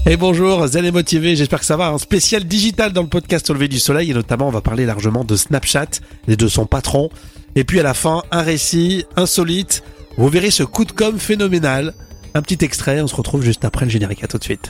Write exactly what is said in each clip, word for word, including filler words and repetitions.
Et bonjour, Zen et motivé, j'espère que ça va. Un spécial digital dans le podcast Au lever du soleil et notamment on va parler largement de Snapchat et de son patron. Et puis à la fin, un récit insolite. Vous verrez ce coup de com' phénoménal. Un petit extrait, on se retrouve juste après le générique. À tout de suite.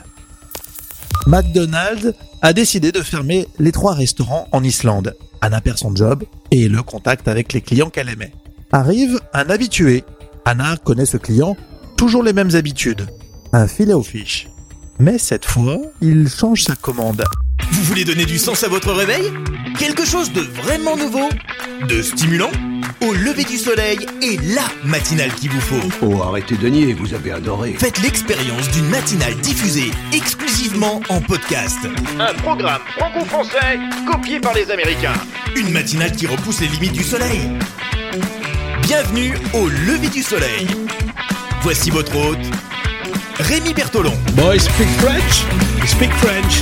McDonald's a décidé de fermer les trois restaurants en Islande. Anna perd son job et le contact avec les clients qu'elle aimait. Arrive un habitué. Anna connaît ce client, toujours les mêmes habitudes. Un filet aux fiches. Mais cette fois, il change sa commande. Vous voulez donner du sens à votre réveil ? Quelque chose de vraiment nouveau ? De stimulant ? Au lever du soleil est la matinale qu'il vous faut. Oh, arrêtez de nier, vous avez adoré. Faites l'expérience d'une matinale diffusée exclusivement en podcast. Un programme franco-français copié par les Américains. Une matinale qui repousse les limites du soleil. Bienvenue au lever du soleil. Voici votre hôte, Rémi Bertolon. Boy, speak French. Speak French.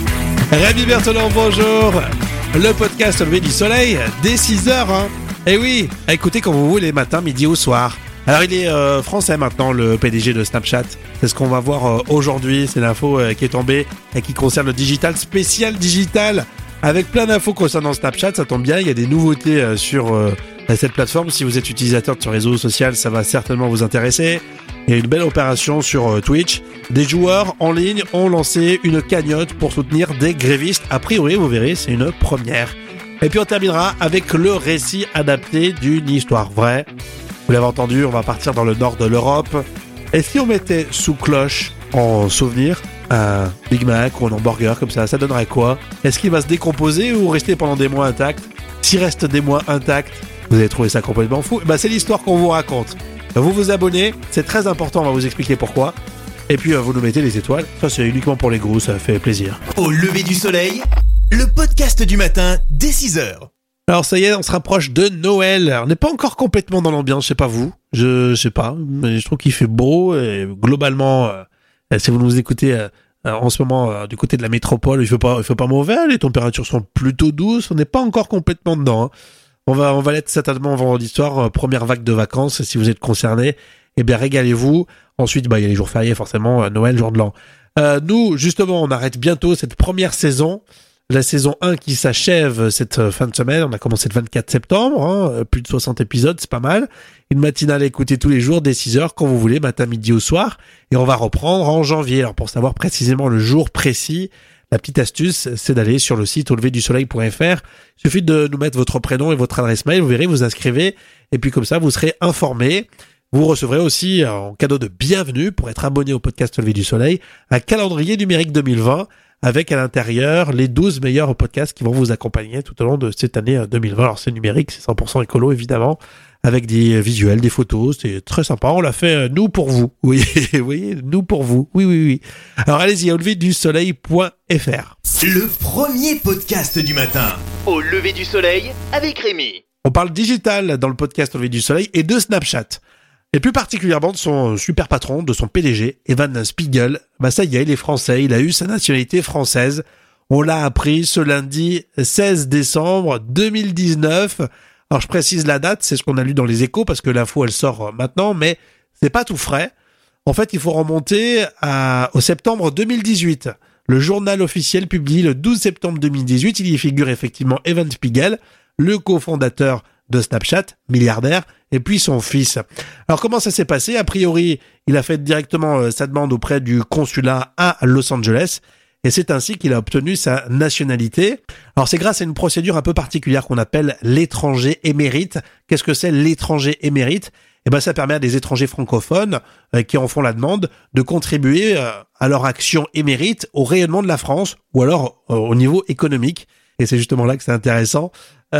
Rémi Bertolon, bonjour. Le podcast Au lever du soleil, dès six heures. Hein. Eh oui, écoutez quand vous voulez, matin, midi ou soir. Alors il est euh, français maintenant, le P D G de Snapchat. C'est ce qu'on va voir euh, aujourd'hui. C'est l'info euh, qui est tombée et qui concerne le digital, spécial digital. Avec plein d'infos concernant Snapchat, ça tombe bien, il y a des nouveautés euh, sur euh, cette plateforme. Si vous êtes utilisateur de ce réseau social, ça va certainement vous intéresser. Il y a une belle opération sur euh, Twitch. Des joueurs en ligne ont lancé une cagnotte pour soutenir des grévistes. A priori, vous verrez, c'est une première. Et puis on terminera avec le récit adapté d'une histoire vraie. Vous l'avez entendu, on va partir dans le nord de l'Europe. Et si on mettait sous cloche en souvenir un Big Mac ou un hamburger comme ça, ça donnerait quoi ? Est-ce qu'il va se décomposer ou rester pendant des mois intact ? S'il reste des mois intacts, vous avez trouvé ça complètement fou ? Bah, c'est l'histoire qu'on vous raconte. Vous vous abonnez, c'est très important, on va vous expliquer pourquoi. Et puis vous nous mettez les étoiles, ça c'est uniquement pour les gros, ça fait plaisir. Au lever du soleil, le podcast du matin dès six heures. Alors ça y est, on se rapproche de Noël. On n'est pas encore complètement dans l'ambiance, je sais pas vous, je, je sais pas, mais je trouve qu'il fait beau et globalement, euh, si vous nous écoutez euh, en ce moment euh, du côté de la métropole, il fait pas, il fait pas mauvais, les températures sont plutôt douces, on n'est pas encore complètement dedans. Hein. On va, on va l'être certainement vendredi soir, euh, première vague de vacances, si vous êtes concernés, eh bien régalez-vous. Ensuite, bah il y a les jours fériés forcément, euh, Noël, jour de l'an. Euh, nous, justement, on arrête bientôt cette première saison. La saison un qui s'achève cette fin de semaine, on a commencé le vingt-quatre septembre, hein, plus de soixante épisodes, c'est pas mal. Une matinale à écouter tous les jours dès six heures, quand vous voulez, matin, midi ou soir. Et on va reprendre en janvier. Alors pour savoir précisément le jour précis, la petite astuce, c'est d'aller sur le site au lever du soleil point f r. Il suffit de nous mettre votre prénom et votre adresse mail, vous verrez, vous inscrivez, et puis comme ça, vous serez informés. Vous recevrez aussi, en cadeau de bienvenue, pour être abonné au podcast Au lever du soleil, un calendrier numérique deux mille vingt, avec à l'intérieur les douze meilleurs podcasts qui vont vous accompagner tout au long de cette année deux mille vingt. Alors c'est numérique, c'est cent pour cent écolo évidemment, avec des visuels, des photos, c'est très sympa. On l'a fait nous pour vous, oui, oui, nous pour vous, oui, oui, oui. Alors allez-y, au lever du soleil point f r. Le premier podcast du matin. Au lever du soleil avec Rémi. On parle digital dans le podcast Au lever du soleil et de Snapchat. Et plus particulièrement de son super patron, de son P D G, Evan Spiegel. Bah ça y est, il est français, il a eu sa nationalité française. On l'a appris ce lundi seize décembre deux mille dix-neuf. Alors je précise la date, c'est ce qu'on a lu dans les Échos parce que l'info elle sort maintenant, mais c'est pas tout frais. En fait, il faut remonter à, au septembre deux mille dix-huit. Le journal officiel publie le douze septembre deux mille dix-huit. Il y figure effectivement Evan Spiegel, le cofondateur de Snapchat, milliardaire, et puis son fils. Alors comment ça s'est passé ? A priori, il a fait directement euh, sa demande auprès du consulat à Los Angeles, et c'est ainsi qu'il a obtenu sa nationalité. Alors c'est grâce à une procédure un peu particulière qu'on appelle l'étranger émérite. Qu'est-ce que c'est l'étranger émérite ? Eh ben ça permet à des étrangers francophones euh, qui en font la demande de contribuer euh, à leur action émérite au rayonnement de la France, ou alors euh, au niveau économique. Et c'est justement là que c'est intéressant.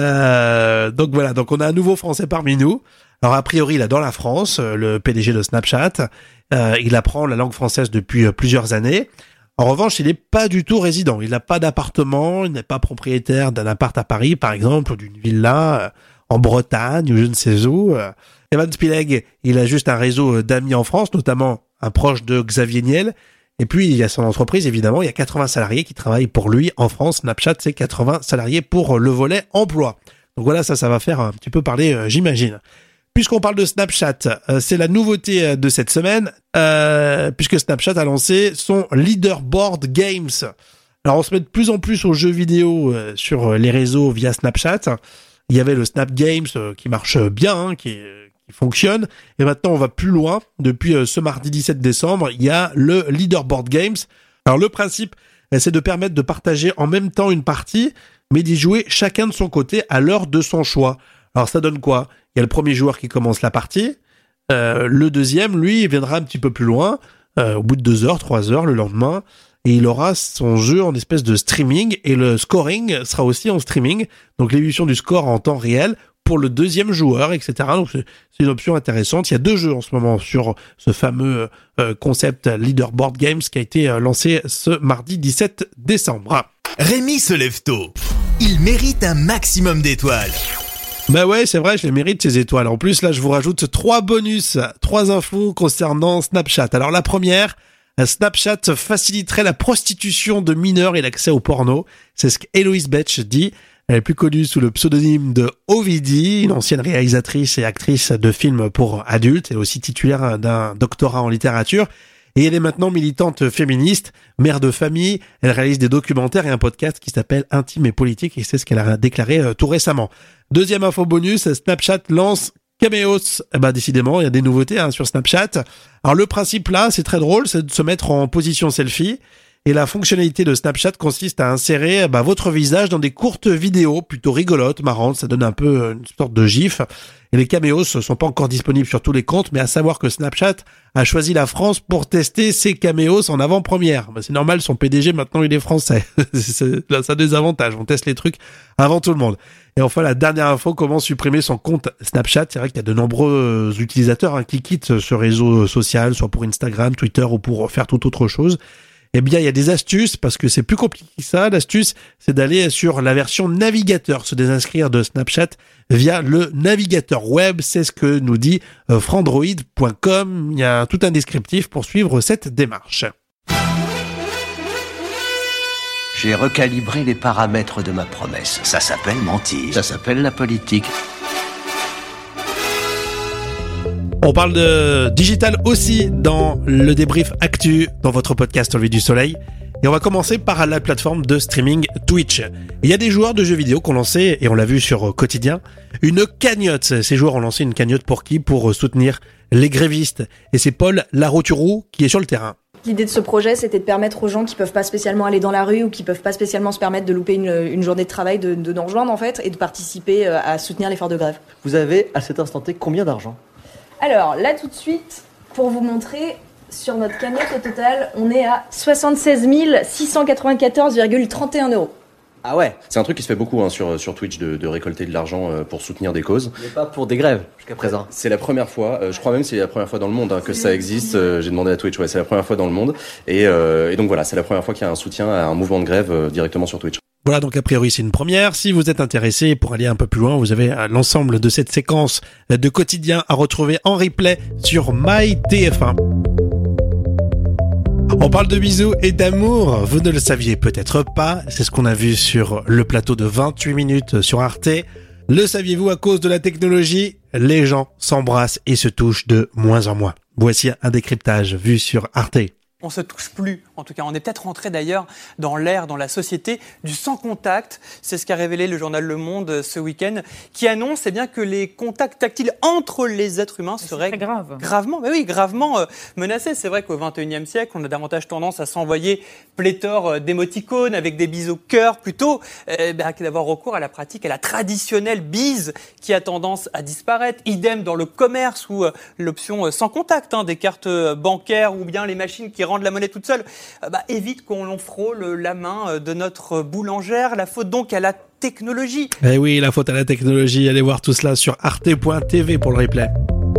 Euh, donc voilà, donc on a un nouveau Français parmi nous. Alors a priori, il adore la France, le P D G de Snapchat. Euh, il apprend la langue française depuis plusieurs années. En revanche, il n'est pas du tout résident. Il n'a pas d'appartement, il n'est pas propriétaire d'un appart à Paris, par exemple, ou d'une villa en Bretagne, ou je ne sais où. Evan Spiegel, il a juste un réseau d'amis en France, notamment un proche de Xavier Niel. Et puis, il y a son entreprise, évidemment, il y a quatre-vingts salariés qui travaillent pour lui en France. Snapchat, c'est quatre-vingts salariés pour le volet emploi. Donc voilà, ça, ça va faire un petit peu parler, euh, j'imagine. puisqu'on parle de Snapchat, euh, c'est la nouveauté de cette semaine, euh, puisque Snapchat a lancé son Leaderboard Games. Alors on se met de plus en plus aux jeux vidéo euh, sur les réseaux via Snapchat. Il y avait le Snap Games euh, qui marche bien, hein, qui, qui fonctionne. Et maintenant on va plus loin. Depuis euh, ce mardi dix-sept décembre, il y a le Leaderboard Games. Alors le principe, c'est de permettre de partager en même temps une partie, mais d'y jouer chacun de son côté à l'heure de son choix. Alors ça donne quoi ? Il y a le premier joueur qui commence la partie, euh, le deuxième, lui, il viendra un petit peu plus loin, euh, au bout de deux heures, trois heures, le lendemain, et il aura son jeu en espèce de streaming, et le scoring sera aussi en streaming, donc l'évolution du score en temps réel pour le deuxième joueur, et cetera. Donc c'est une option intéressante. Il y a deux jeux en ce moment sur ce fameux euh, concept Leaderboard Games qui a été euh, lancé ce mardi dix-sept décembre. Rémi se lève tôt. Il mérite un maximum d'étoiles. Bah ouais, c'est vrai, je les mérite ces étoiles. En plus, là, je vous rajoute trois bonus, trois infos concernant Snapchat. Alors la première, Snapchat faciliterait la prostitution de mineurs et l'accès au porno. C'est ce qu'Héloïse Betch dit. Elle est plus connue sous le pseudonyme de Ovidie, une ancienne réalisatrice et actrice de films pour adultes. Elle est aussi titulaire d'un doctorat en littérature. Et elle est maintenant militante féministe, mère de famille. Elle réalise des documentaires et un podcast qui s'appelle Intime et Politique. Et c'est ce qu'elle a déclaré euh, tout récemment. Deuxième info bonus, Snapchat lance Cameos. Eh ben, décidément, il y a des nouveautés hein, sur Snapchat. Alors le principe là, c'est très drôle, c'est de se mettre en position selfie. Et la fonctionnalité de Snapchat consiste à insérer bah, votre visage dans des courtes vidéos plutôt rigolotes, marrantes. Ça donne un peu une sorte de gif. Et les caméos ne sont pas encore disponibles sur tous les comptes, mais à savoir que Snapchat a choisi la France pour tester ses caméos en avant-première. Bah, c'est normal, son P D G maintenant il est français. c'est, là, ça a des avantages. On teste les trucs avant tout le monde. Et enfin, la dernière info, comment supprimer son compte Snapchat. C'est vrai qu'il y a de nombreux utilisateurs hein, qui quittent ce réseau social, soit pour Instagram, Twitter ou pour faire toute autre chose. Eh bien, il y a des astuces, parce que c'est plus compliqué que ça. L'astuce, c'est d'aller sur la version navigateur, se désinscrire de Snapchat via le navigateur web. C'est ce que nous dit frandroid point com. Il y a tout un descriptif pour suivre cette démarche. J'ai recalibré les paramètres de ma promesse. Ça s'appelle mentir. Ça s'appelle la politique. On parle de digital aussi dans le débrief actu dans votre podcast Au lever du soleil. Et on va commencer par la plateforme de streaming Twitch. Il y a des joueurs de jeux vidéo qui ont lancé, et on l'a vu sur Quotidien, une cagnotte. Ces joueurs ont lancé une cagnotte pour qui ? Pour soutenir les grévistes. Et c'est Paul Larotureau qui est sur le terrain. L'idée de ce projet, c'était de permettre aux gens qui peuvent pas spécialement aller dans la rue ou qui peuvent pas spécialement se permettre de louper une, une journée de travail, de, de nous rejoindre en fait, et de participer à soutenir l'effort de grève. Vous avez à cet instant T combien d'argent ? Alors là tout de suite, pour vous montrer, sur notre cagnotte au total, on est à soixante-seize mille six cent quatre-vingt-quatorze virgule trente et un euros. Ah ouais. C'est un truc qui se fait beaucoup hein, sur, sur Twitch de, de récolter de l'argent euh, pour soutenir des causes. Mais pas pour des grèves jusqu'à présent. C'est la première fois, euh, je crois même que c'est la première fois dans le monde hein, que ça existe. Euh, j'ai demandé à Twitch, ouais, c'est la première fois dans le monde. Et, euh, et donc voilà, c'est la première fois qu'il y a un soutien à un mouvement de grève euh, directement sur Twitch. Voilà, donc a priori c'est une première. Si vous êtes intéressé pour aller un peu plus loin, vous avez l'ensemble de cette séquence de Quotidien à retrouver en replay sur MyTF un. On parle de bisous et d'amour, vous ne le saviez peut-être pas, c'est ce qu'on a vu sur le plateau de vingt-huit minutes sur Arte. Le saviez-vous, à cause de la technologie, les gens s'embrassent et se touchent de moins en moins. Voici un décryptage vu sur Arte. On se touche plus, en tout cas. On est peut-être rentré d'ailleurs dans l'ère, dans la société du sans contact. C'est ce qu'a révélé le journal Le Monde ce week-end, qui annonce eh bien, que les contacts tactiles entre les êtres humains seraient grave. gravement, mais oui, gravement euh, menacés. C'est vrai qu'au vingt et unième siècle, on a davantage tendance à s'envoyer pléthore d'émoticônes avec des bises au cœur, plutôt euh, bah, que d'avoir recours à la pratique, à la traditionnelle bise qui a tendance à disparaître. Idem dans le commerce où euh, l'option euh, sans contact, hein, des cartes euh, bancaires ou bien les machines qui rendre la monnaie toute seule, euh, bah, évite qu'on l'on frôle la main de notre boulangère. La faute donc à la technologie. Eh oui, la faute à la technologie. Allez voir tout cela sur arte point t v pour le replay.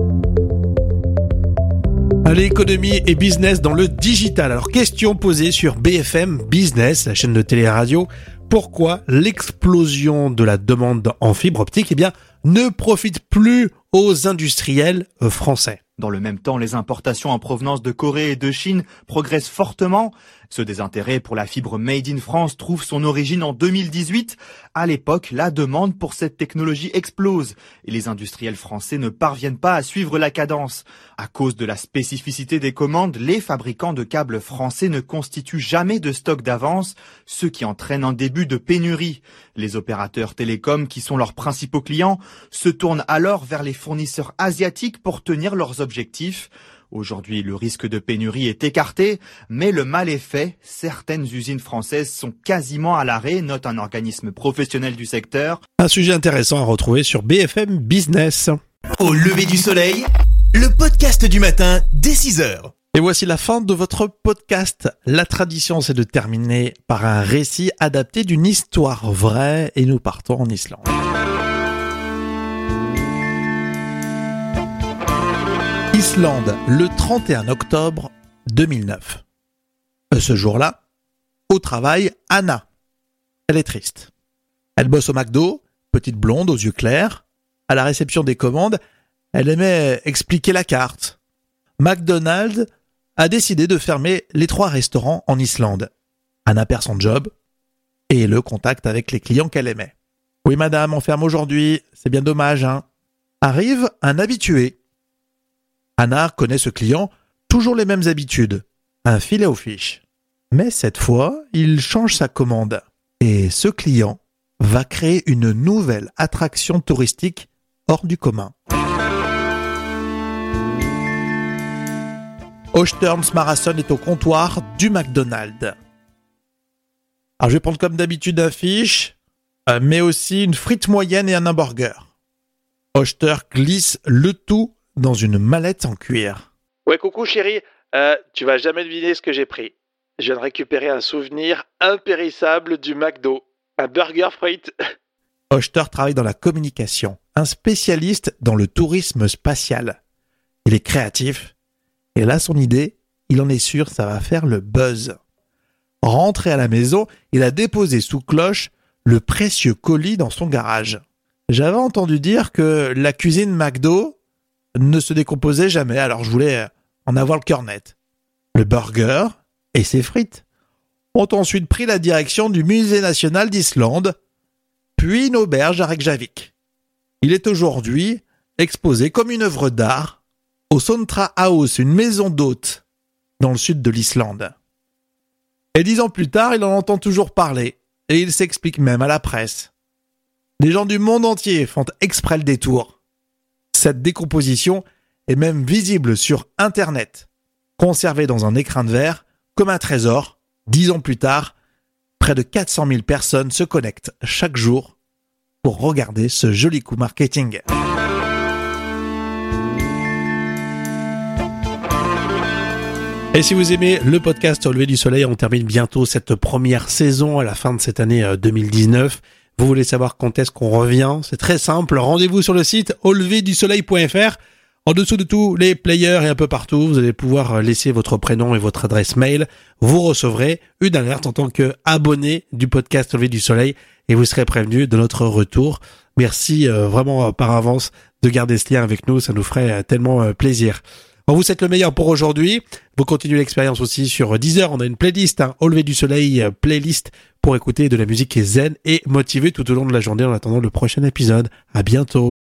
Allez, économie et business dans le digital. Alors, question posée sur B F M Business, la chaîne de télé-radio. Pourquoi l'explosion de la demande en fibre optique, eh bien, ne profite plus aux industriels français ? Dans le même temps, les importations en provenance de Corée et de Chine progressent fortement. Ce désintérêt pour la fibre Made in France trouve son origine en deux mille dix-huit. À l'époque, la demande pour cette technologie explose et les industriels français ne parviennent pas à suivre la cadence. À cause de la spécificité des commandes, les fabricants de câbles français ne constituent jamais de stock d'avance, ce qui entraîne un début de pénurie. Les opérateurs télécoms, qui sont leurs principaux clients, se tournent alors vers les fournisseurs asiatiques pour tenir leurs objectifs. Aujourd'hui, le risque de pénurie est écarté, mais le mal est fait. Certaines usines françaises sont quasiment à l'arrêt, note un organisme professionnel du secteur. Un sujet intéressant à retrouver sur B F M Business. Au lever du soleil, le podcast du matin dès six heures. Et voici la fin de votre podcast. La tradition, c'est de terminer par un récit adapté d'une histoire vraie et nous partons en Islande. Islande, le trente et un octobre deux mille neuf. Ce jour-là, au travail, Anna. Elle est triste. Elle bosse au McDo, petite blonde aux yeux clairs. À la réception des commandes, elle aimait expliquer la carte. McDonald's a décidé de fermer les trois restaurants en Islande. Anna perd son job et le contact avec les clients qu'elle aimait. « Oui madame, on ferme aujourd'hui, c'est bien dommage, hein ?» Arrive un habitué. Anna connaît ce client, toujours les mêmes habitudes, un filet aux fiches. Mais cette fois, il change sa commande. Et ce client va créer une nouvelle attraction touristique hors du commun. Österns Marathon est au comptoir du McDonald's. Alors je vais prendre comme d'habitude un fiche, mais aussi une frite moyenne et un hamburger. Öster glisse le tout dans une mallette en cuir. Ouais, coucou chérie, euh, tu vas jamais deviner ce que j'ai pris. Je viens de récupérer un souvenir impérissable du McDo, un burger frites. Öster travaille dans la communication, un spécialiste dans le tourisme spatial. Il est créatif, et là son idée, il en est sûr, ça va faire le buzz. Rentré à la maison, il a déposé sous cloche le précieux colis dans son garage. J'avais entendu dire que la cuisine McDo ne se décomposait jamais, alors je voulais en avoir le cœur net. Le burger et ses frites ont ensuite pris la direction du Musée national d'Islande, puis une auberge à Reykjavik. Il est aujourd'hui exposé comme une œuvre d'art au Sontra House, une maison d'hôtes dans le sud de l'Islande. Et dix ans plus tard, il en entend toujours parler, et il s'explique même à la presse. Les gens du monde entier font exprès le détour. Cette décomposition est même visible sur Internet, conservée dans un écrin de verre comme un trésor. Dix ans plus tard, près de quatre cent mille personnes se connectent chaque jour pour regarder ce joli coup marketing. Et si vous aimez le podcast Au lever du soleil, on termine bientôt cette première saison à la fin de cette année deux mille dix-neuf. Vous voulez savoir quand est-ce qu'on revient? C'est très simple, rendez-vous sur le site au lever du soleil point f r. En dessous de tous les players et un peu partout, vous allez pouvoir laisser votre prénom et votre adresse mail. Vous recevrez une alerte en tant qu'abonné du podcast Au lever du soleil et vous serez prévenu de notre retour. Merci euh, vraiment euh, par avance de garder ce lien avec nous, ça nous ferait euh, tellement euh, plaisir. On vous souhaite le meilleur pour aujourd'hui. Vous continuez l'expérience aussi sur Deezer. On a une playlist, hein, Au lever du soleil, euh, playlist pour écouter de la musique zen et motiver tout au long de la journée en attendant le prochain épisode. À bientôt.